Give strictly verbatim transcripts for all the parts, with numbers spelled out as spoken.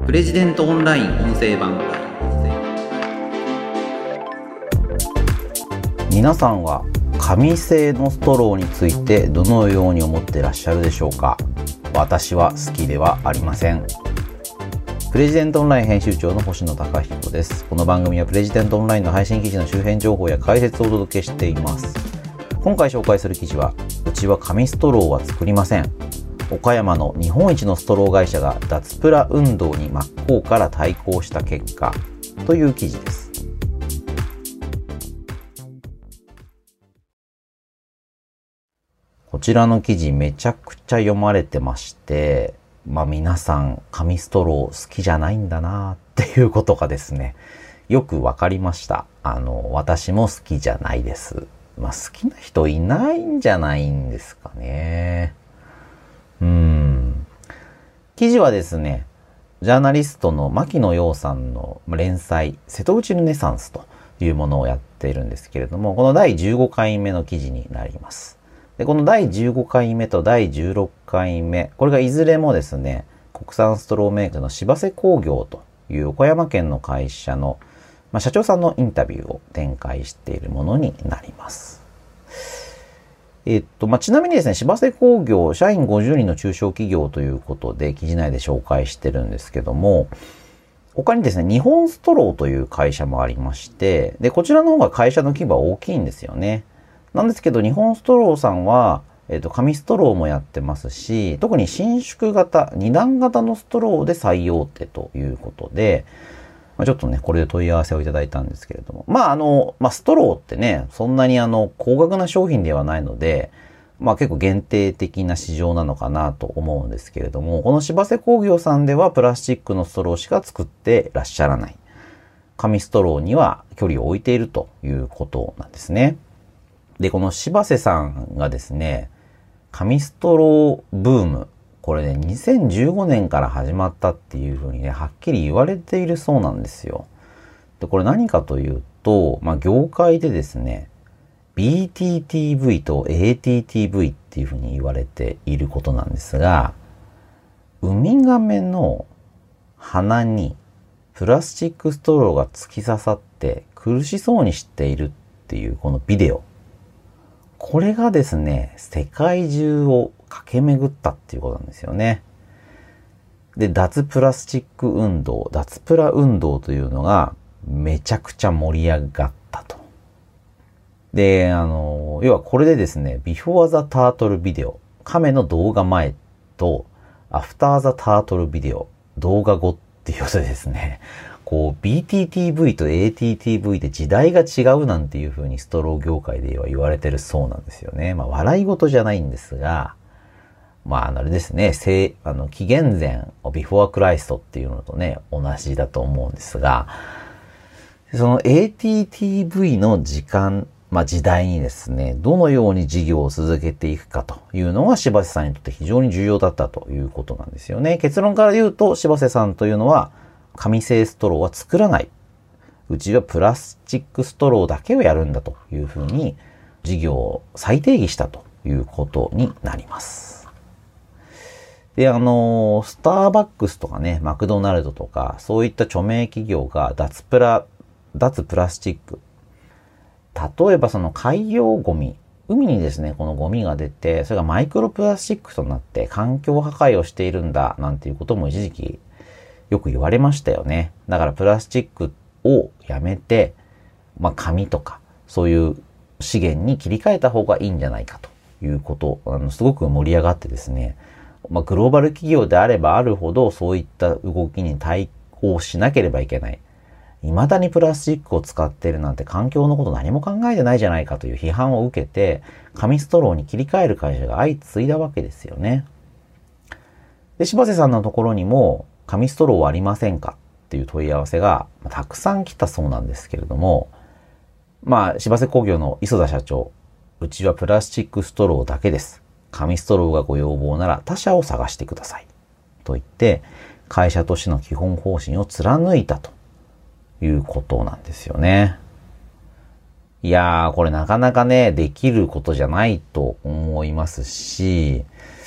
プレジデントオンライン音声版。 皆さんは紙製のストローについてどのように思っていらっしゃるでしょうか。私は好きではありません。プレジデントオンライン編集長の星野貴彦です。この番組はプレジデントオンラインの配信記事の周辺情報や解説をお届けしています。今回紹介する記事は、うちは紙ストローは作りません。岡山の日本一のストロー会社が脱プラ運動に真っ向から対抗した結果という記事です。こちらの記事めちゃくちゃ読まれてまして、まあ皆さん紙ストロー好きじゃないんだなっていうことがですね、よくわかりました。あの、私も好きじゃないです。まあ好きな人いないんじゃないんですかね。うーん。記事はですね、ジャーナリストの牧野洋さんの連載、瀬戸内ルネサンスというものをやっているんですけれども、このだいじゅうごかいめの記事になります。で、このだいじゅうごかいめとだいじゅうろっかいめ、これがいずれもですね、国産ストローメーカーの芝瀬工業という岡山県の会社の、まあ、社長さんのインタビューを展開しているものになります。えっと、まあ、ちなみにですね、芝瀬工業、社員ごじゅうにんの中小企業ということで、記事内で紹介してるんですけども、他にですね、日本ストローという会社もありまして、で、こちらの方が会社の規模は大きいんですよね。なんですけど、日本ストローさんは、えっと、紙ストローもやってますし、特に伸縮型、二段型のストローで最大手ということで、まあ、ちょっとね、これで問い合わせをいただいたんですけれども。まあ、あの、まあ、ストローってね、そんなにあの、高額な商品ではないので、まあ結構限定的な市場なのかなと思うんですけれども、この芝瀬工業さんではプラスチックのストローしか作ってらっしゃらない。紙ストローには距離を置いているということなんですね。で、この芝瀬さんがですね、紙ストローブーム、これね、にせんじゅうごねんから始まったっていうふうにね、はっきり言われているそうなんですよ。で、これ何かというと、まあ、業界でですね、ビーティーティーブイ と エーティーティーブイ っていうふうに言われていることなんですが、ウミガメの鼻にプラスチックストローが突き刺さって苦しそうにしているっていうこのビデオ。これがですね、世界中を駆け巡ったっていうことなんですよね。で、脱プラスチック運動、脱プラ運動というのがめちゃくちゃ盛り上がったと。で、あの、要はこれでですね、ビフォーザタートルビデオ、亀の動画前と、アフターザタートルビデオ、動画後っていうことでですね、こう ビーティーティーブイ と エーティーティーブイ で時代が違うなんていう風にストロー業界では言われてるそうなんですよね。まあ笑い事じゃないんですが、まああれですね、聖、あの、紀元前、ビフォークライストっていうのとね、同じだと思うんですが、その エーティーティーブイ の時間、まあ時代にですね、どのように事業を続けていくかというのが芝瀬さんにとって非常に重要だったということなんですよね。結論から言うと、芝瀬さんというのは、紙製ストローは作らない。うちはプラスチックストローだけをやるんだというふうに事業を再定義したということになります。で、あの、スターバックスとかね、マクドナルドとか、そういった著名企業が脱プラ、脱プラスチック。例えばその海洋ゴミ。海にですね、このゴミが出て、それがマイクロプラスチックとなって環境破壊をしているんだ、なんていうことも一時期よく言われましたよね。だからプラスチックをやめて、まあ紙とかそういう資源に切り替えた方がいいんじゃないかということ、あのすごく盛り上がってですね、まあグローバル企業であればあるほどそういった動きに対応しなければいけない。未だにプラスチックを使っているなんて環境のこと何も考えてないじゃないかという批判を受けて、紙ストローに切り替える会社が相次いだわけですよね。で、柴瀬さんのところにも、紙ストローはありませんかっていう問い合わせがたくさん来たそうなんですけれども、まあ、芝瀬工業の磯田社長、うちはプラスチックストローだけです。紙ストローがご要望なら他社を探してください。と言って、会社としての基本方針を貫いたということなんですよね。いやー、これなかなかね、できることじゃないと思いますし、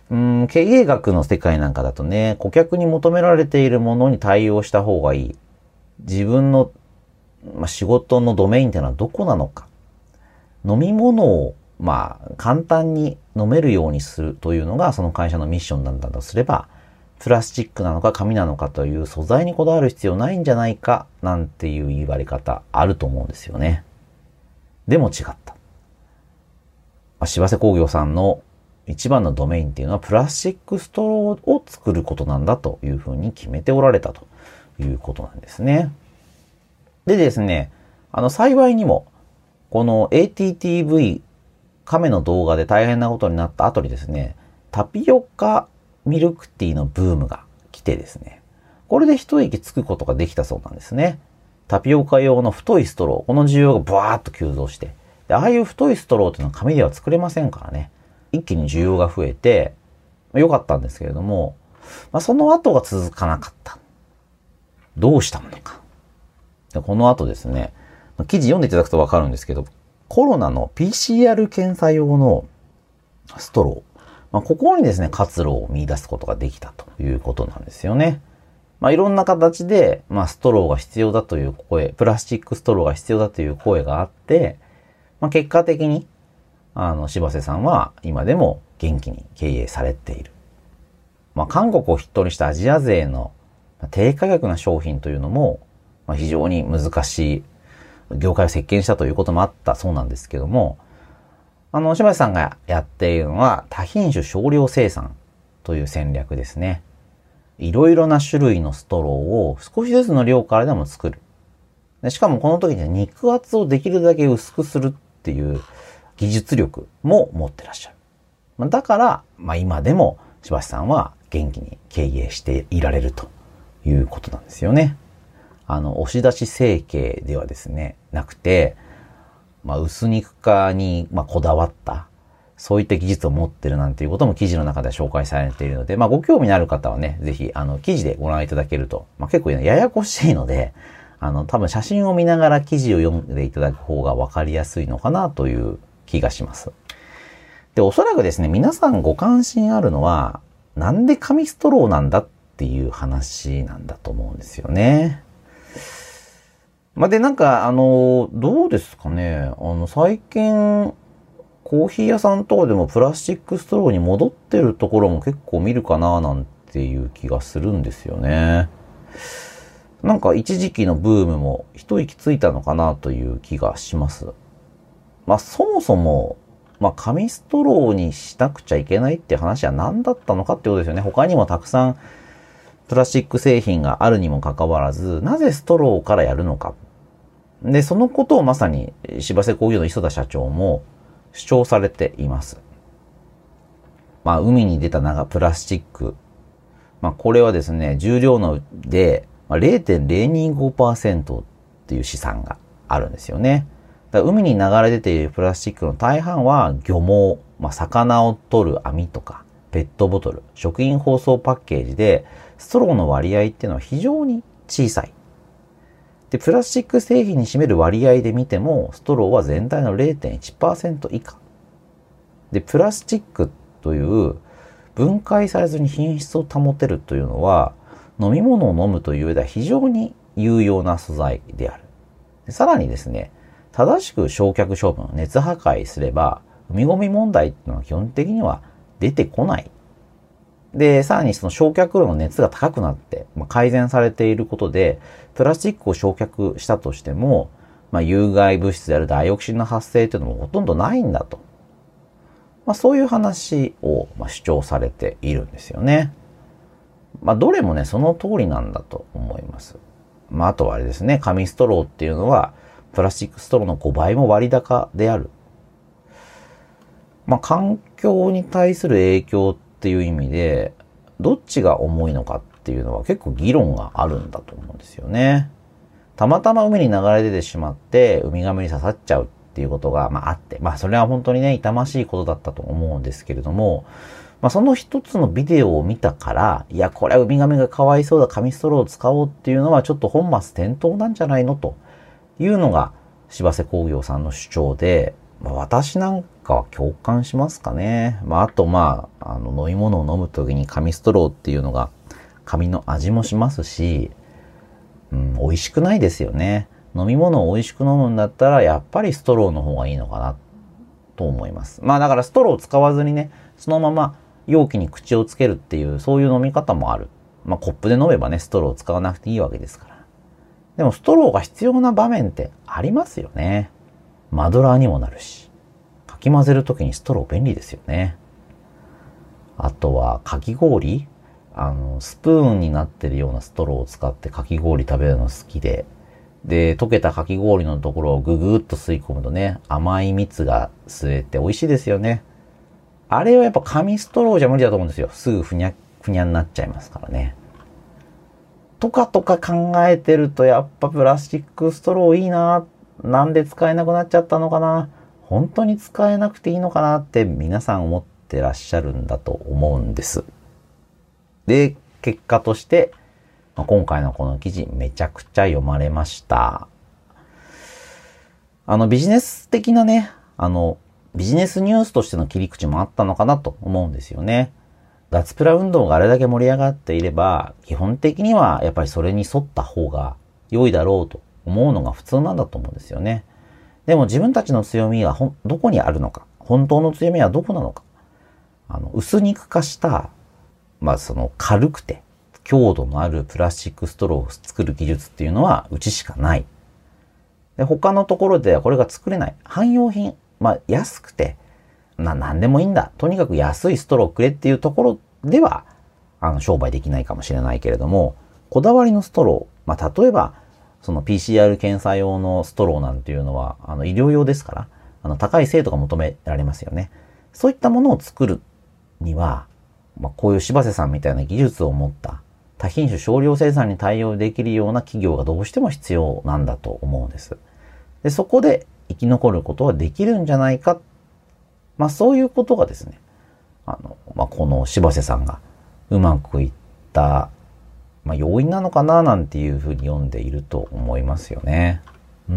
うん、経営学の世界なんかだとね、顧客に求められているものに対応した方がいい。自分の、まあ、仕事のドメインっていうのはどこなのか。飲み物を、まあ、簡単に飲めるようにするというのがその会社のミッションなんだとすれば、プラスチックなのか紙なのかという素材にこだわる必要ないんじゃないかなんていう言われ方あると思うんですよね。でも違った。まあ、柴瀬工業さんの一番のドメインっていうのはプラスチックストローを作ることなんだというふうに決めておられたということなんですね。でですね、あの幸いにもこの エーティーティーブイ 亀の動画で大変なことになった後にですね、タピオカミルクティーのブームが来てですね、これで一息つくことができたそうなんですね。タピオカ用の太いストロー、この需要がブワーッと急増して、でああいう太いストローっていうのは紙では作れませんからね、一気に需要が増えて、良かったんですけれども、まあ、その後が続かなかった。どうしたのか。でこの後ですね、記事読んでいただくとわかるんですけど、コロナの ピーシーアール 検査用のストロー、まあ、ここにですね、活路を見出すことができたということなんですよね。まあ、いろんな形で、まあ、ストローが必要だという声、プラスチックストローが必要だという声があって、まあ、結果的に、あの、柴瀬さんは今でも元気に経営されている。まあ、韓国を筆頭にしたアジア勢の低価格な商品というのも、まあ、非常に難しい業界を席巻したということもあったそうなんですけども、あの、柴瀬さんがやっているのは多品種少量生産という戦略ですね。いろいろな種類のストローを少しずつの量からでも作る。でしかもこの時に肉厚をできるだけ薄くするっていう技術力も持ってらっしゃる。だから、まあ今でも柴瀬さんは元気に経営していられるということなんですよね。あの、押し出し成形ではですね、なくて、まあ薄肉化に、まあ、こだわった、そういった技術を持ってるなんていうことも記事の中で紹介されているので、まあご興味のある方はね、ぜひあの記事でご覧いただけると、まあ結構ややこしいので、あの多分写真を見ながら記事を読んでいただく方がわかりやすいのかなという気がします。で、おそらくですね、皆さんご関心あるのは、なんで紙ストローなんだっていう話なんだと思うんですよね。まあ、で、なんか、あの、どうですかね。あの、最近、コーヒー屋さんとかでもプラスチックストローに戻ってるところも結構見るかななんていう気がするんですよね。なんか一時期のブームも一息ついたのかなという気がします。まあ、そもそも、まあ、紙ストローにしなくちゃいけないって話は何だったのかってことですよね。他にもたくさんプラスチック製品があるにもかかわらず、なぜストローからやるのか。で、そのことをまさに柴瀬工業の磯田社長も主張されています。まあ、海に出た長プラスチック。まあ、これはですね、重量ので ゼロてんゼロにごパーセント っていう試算があるんですよね。だから海に流れ出ているプラスチックの大半は漁網、まあ、魚を取る網とか、ペットボトル、食品包装パッケージで、ストローの割合っていうのは非常に小さい。で、プラスチック製品に占める割合で見ても、ストローは全体の ゼロてんいちパーセント 以下。で、プラスチックという分解されずに品質を保てるというのは、飲み物を飲むという上では非常に有用な素材である。でさらにですね、正しく焼却処分、熱破壊すれば、海ゴミ問題っていうのは基本的には出てこない。で、さらにその焼却炉の熱が高くなって、まあ、改善されていることで、プラスチックを焼却したとしても、まあ、有害物質であるダイオキシンの発生というのもほとんどないんだと。まあ、そういう話をまあ主張されているんですよね。まあ、どれもね、その通りなんだと思います。まあ、あとはあれですね、紙ストローっていうのは、プラスチックストローのごばいも割高である。まあ、環境に対する影響っていう意味で、どっちが重いのかっていうのは結構議論があるんだと思うんですよね。たまたま海に流れ出てしまって、ウミガメに刺さっちゃうっていうことが、まあ、あって、まあ、それは本当にね、痛ましいことだったと思うんですけれども、まあ、その一つのビデオを見たから、いや、これはウミガメがかわいそうだ、紙ストローを使おうっていうのはちょっと本末転倒なんじゃないのというのが柴瀬工業さんの主張で、 まあ、私なんかは共感しますかね。まあ、あとまあ、あの飲み物を飲むときに紙ストローっていうのが紙の味もしますし、うん、美味しくないですよね。飲み物を美味しく飲むんだったらやっぱりストローの方がいいのかなと思います。まあだからストローを使わずにね、そのまま容器に口をつけるっていうそういう飲み方もある。まあコップで飲めばね、ストローを使わなくていいわけですから。でもストローが必要な場面ってありますよね。マドラーにもなるし、かき混ぜるときにストロー便利ですよね。あとはかき氷、あのスプーンになってるようなストローを使ってかき氷食べるの好きで、で溶けたかき氷のところをぐぐっと吸い込むとね、甘い蜜が吸えて美味しいですよね。あれはやっぱ紙ストローじゃ無理だと思うんですよ。すぐふにゃふにゃになっちゃいますからね。とかとか考えてるとやっぱプラスチックストローいいな。なんで使えなくなっちゃったのかな。本当に使えなくていいのかなって皆さん思ってらっしゃるんだと思うんです。で、結果として、今回のこの記事めちゃくちゃ読まれました。あのビジネス的なね、あのビジネスニュースとしての切り口もあったのかなと思うんですよね。脱プラ運動があれだけ盛り上がっていれば、基本的にはやっぱりそれに沿った方が良いだろうと思うのが普通なんだと思うんですよね。でも自分たちの強みはほんどこにあるのか、本当の強みはどこなのか、あの薄肉化した、まあその軽くて強度のあるプラスチックストローを作る技術っていうのはうちしかない。で、他のところではこれが作れない。汎用品、まあ安くて、な、なんでもいいんだ。とにかく安いストローくれっていうところでは、あの、商売できないかもしれないけれども、こだわりのストロー、まあ例えば、その ピーシーアール 検査用のストローなんていうのは、あの、医療用ですから、あの、高い精度が求められますよね。そういったものを作るには、まあこういう柴瀬さんみたいな技術を持った多品種少量生産に対応できるような企業がどうしても必要なんだと思うんです。で、そこで生き残ることはできるんじゃないか。まあそういうことがですね、あの、まあこの柴瀬さんがうまくいった、まあ要因なのかななんていうふうに読んでいると思いますよね。うん。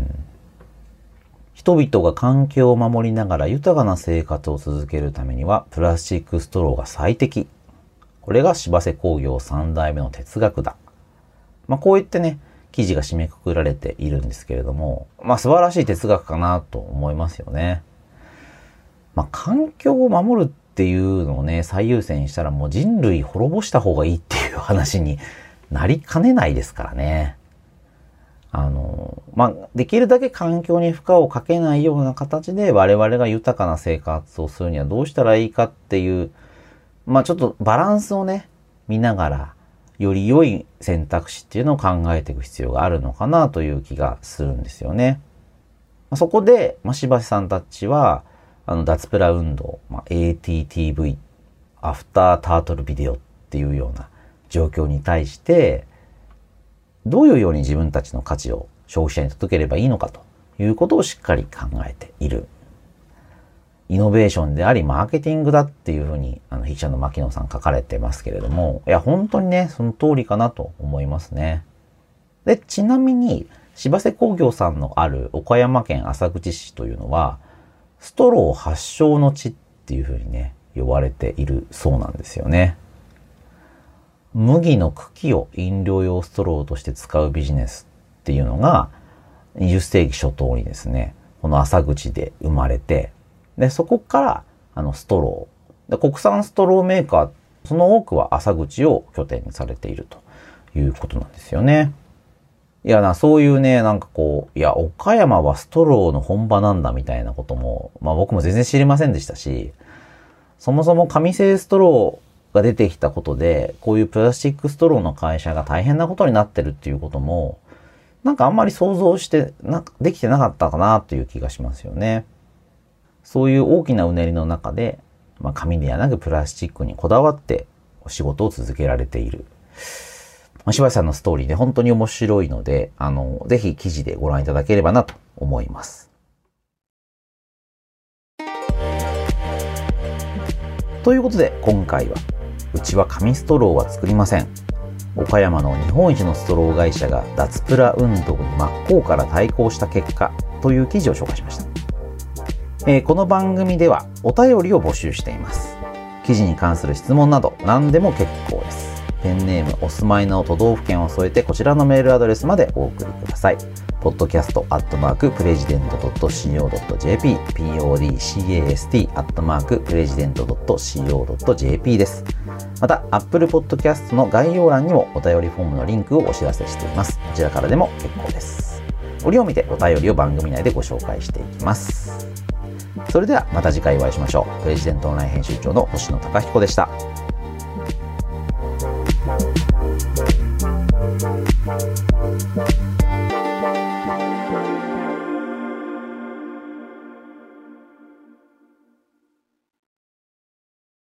人々が環境を守りながら豊かな生活を続けるためにはプラスチックストローが最適。これが柴瀬工業さん代目の哲学だ。まあこう言ってね、記事が締めくくられているんですけれども、まあ素晴らしい哲学かなと思いますよね。まあ環境を守るっていうのをね、最優先したらもう人類滅ぼした方がいいっていう話になりかねないですからね。あの、まあできるだけ環境に負荷をかけないような形で我々が豊かな生活をするにはどうしたらいいかっていう、まあちょっとバランスをね、見ながら、より良い選択肢っていうのを考えていく必要があるのかなという気がするんですよね。そこで、まあ、柴瀬さんたちは、あの、脱プラ運動、まあ、エーティーティーブイ、アフタータートルビデオっていうような状況に対して、どういうように自分たちの価値を消費者に届ければいいのかということをしっかり考えている。イノベーションであり、マーケティングだっていうふうに、あの、筆者の牧野さん書かれてますけれども、いや、本当にね、その通りかなと思いますね。で、ちなみに、柴瀬工業さんのある岡山県浅口市というのは、ストロー発祥の地っていうふうにね、呼ばれているそうなんですよね。麦の茎を飲料用ストローとして使うビジネスっていうのが、にじゅっ世紀初頭にですね、この浅口で生まれて、で、そこから、あの、ストロー。で、国産ストローメーカー、その多くは浅口を拠点にされているということなんですよね。いやな、そういうね、なんかこう、いや、岡山はストローの本場なんだみたいなことも、まあ僕も全然知りませんでしたし、そもそも紙製ストローが出てきたことで、こういうプラスチックストローの会社が大変なことになってるっていうことも、なんかあんまり想像して、なんかできてなかったかなという気がしますよね。そういう大きなうねりの中で、まあ、紙ではなくプラスチックにこだわってお仕事を続けられている。まあ、柴瀬さんのストーリーで本当に面白いので、あの、ぜひ記事でご覧いただければなと思います。ということで、今回は、うちは紙ストローは作りません。岡山の日本一のストロー会社が脱プラ運動に真っ向から対抗した結果という記事を紹介しました。 えー、この番組ではお便りを募集しています。記事に関する質問など何でも結構です。ペンネーム、お住まいの都道府県を添えてこちらのメールアドレスまでお送りください。ポッドキャストアットマークプレジデントドットシーオードットジェーピー ピーオーディーキャスト アットマークプレジデントドットシーオードットジェーピー です。また Apple Podcast の概要欄にもお便りフォームのリンクをお知らせしています。こちらからでも結構です。折を見てお便りを番組内でご紹介していきます。それではまた次回お会いしましょう。プレジデントオンライン編集長の星野貴彦でした。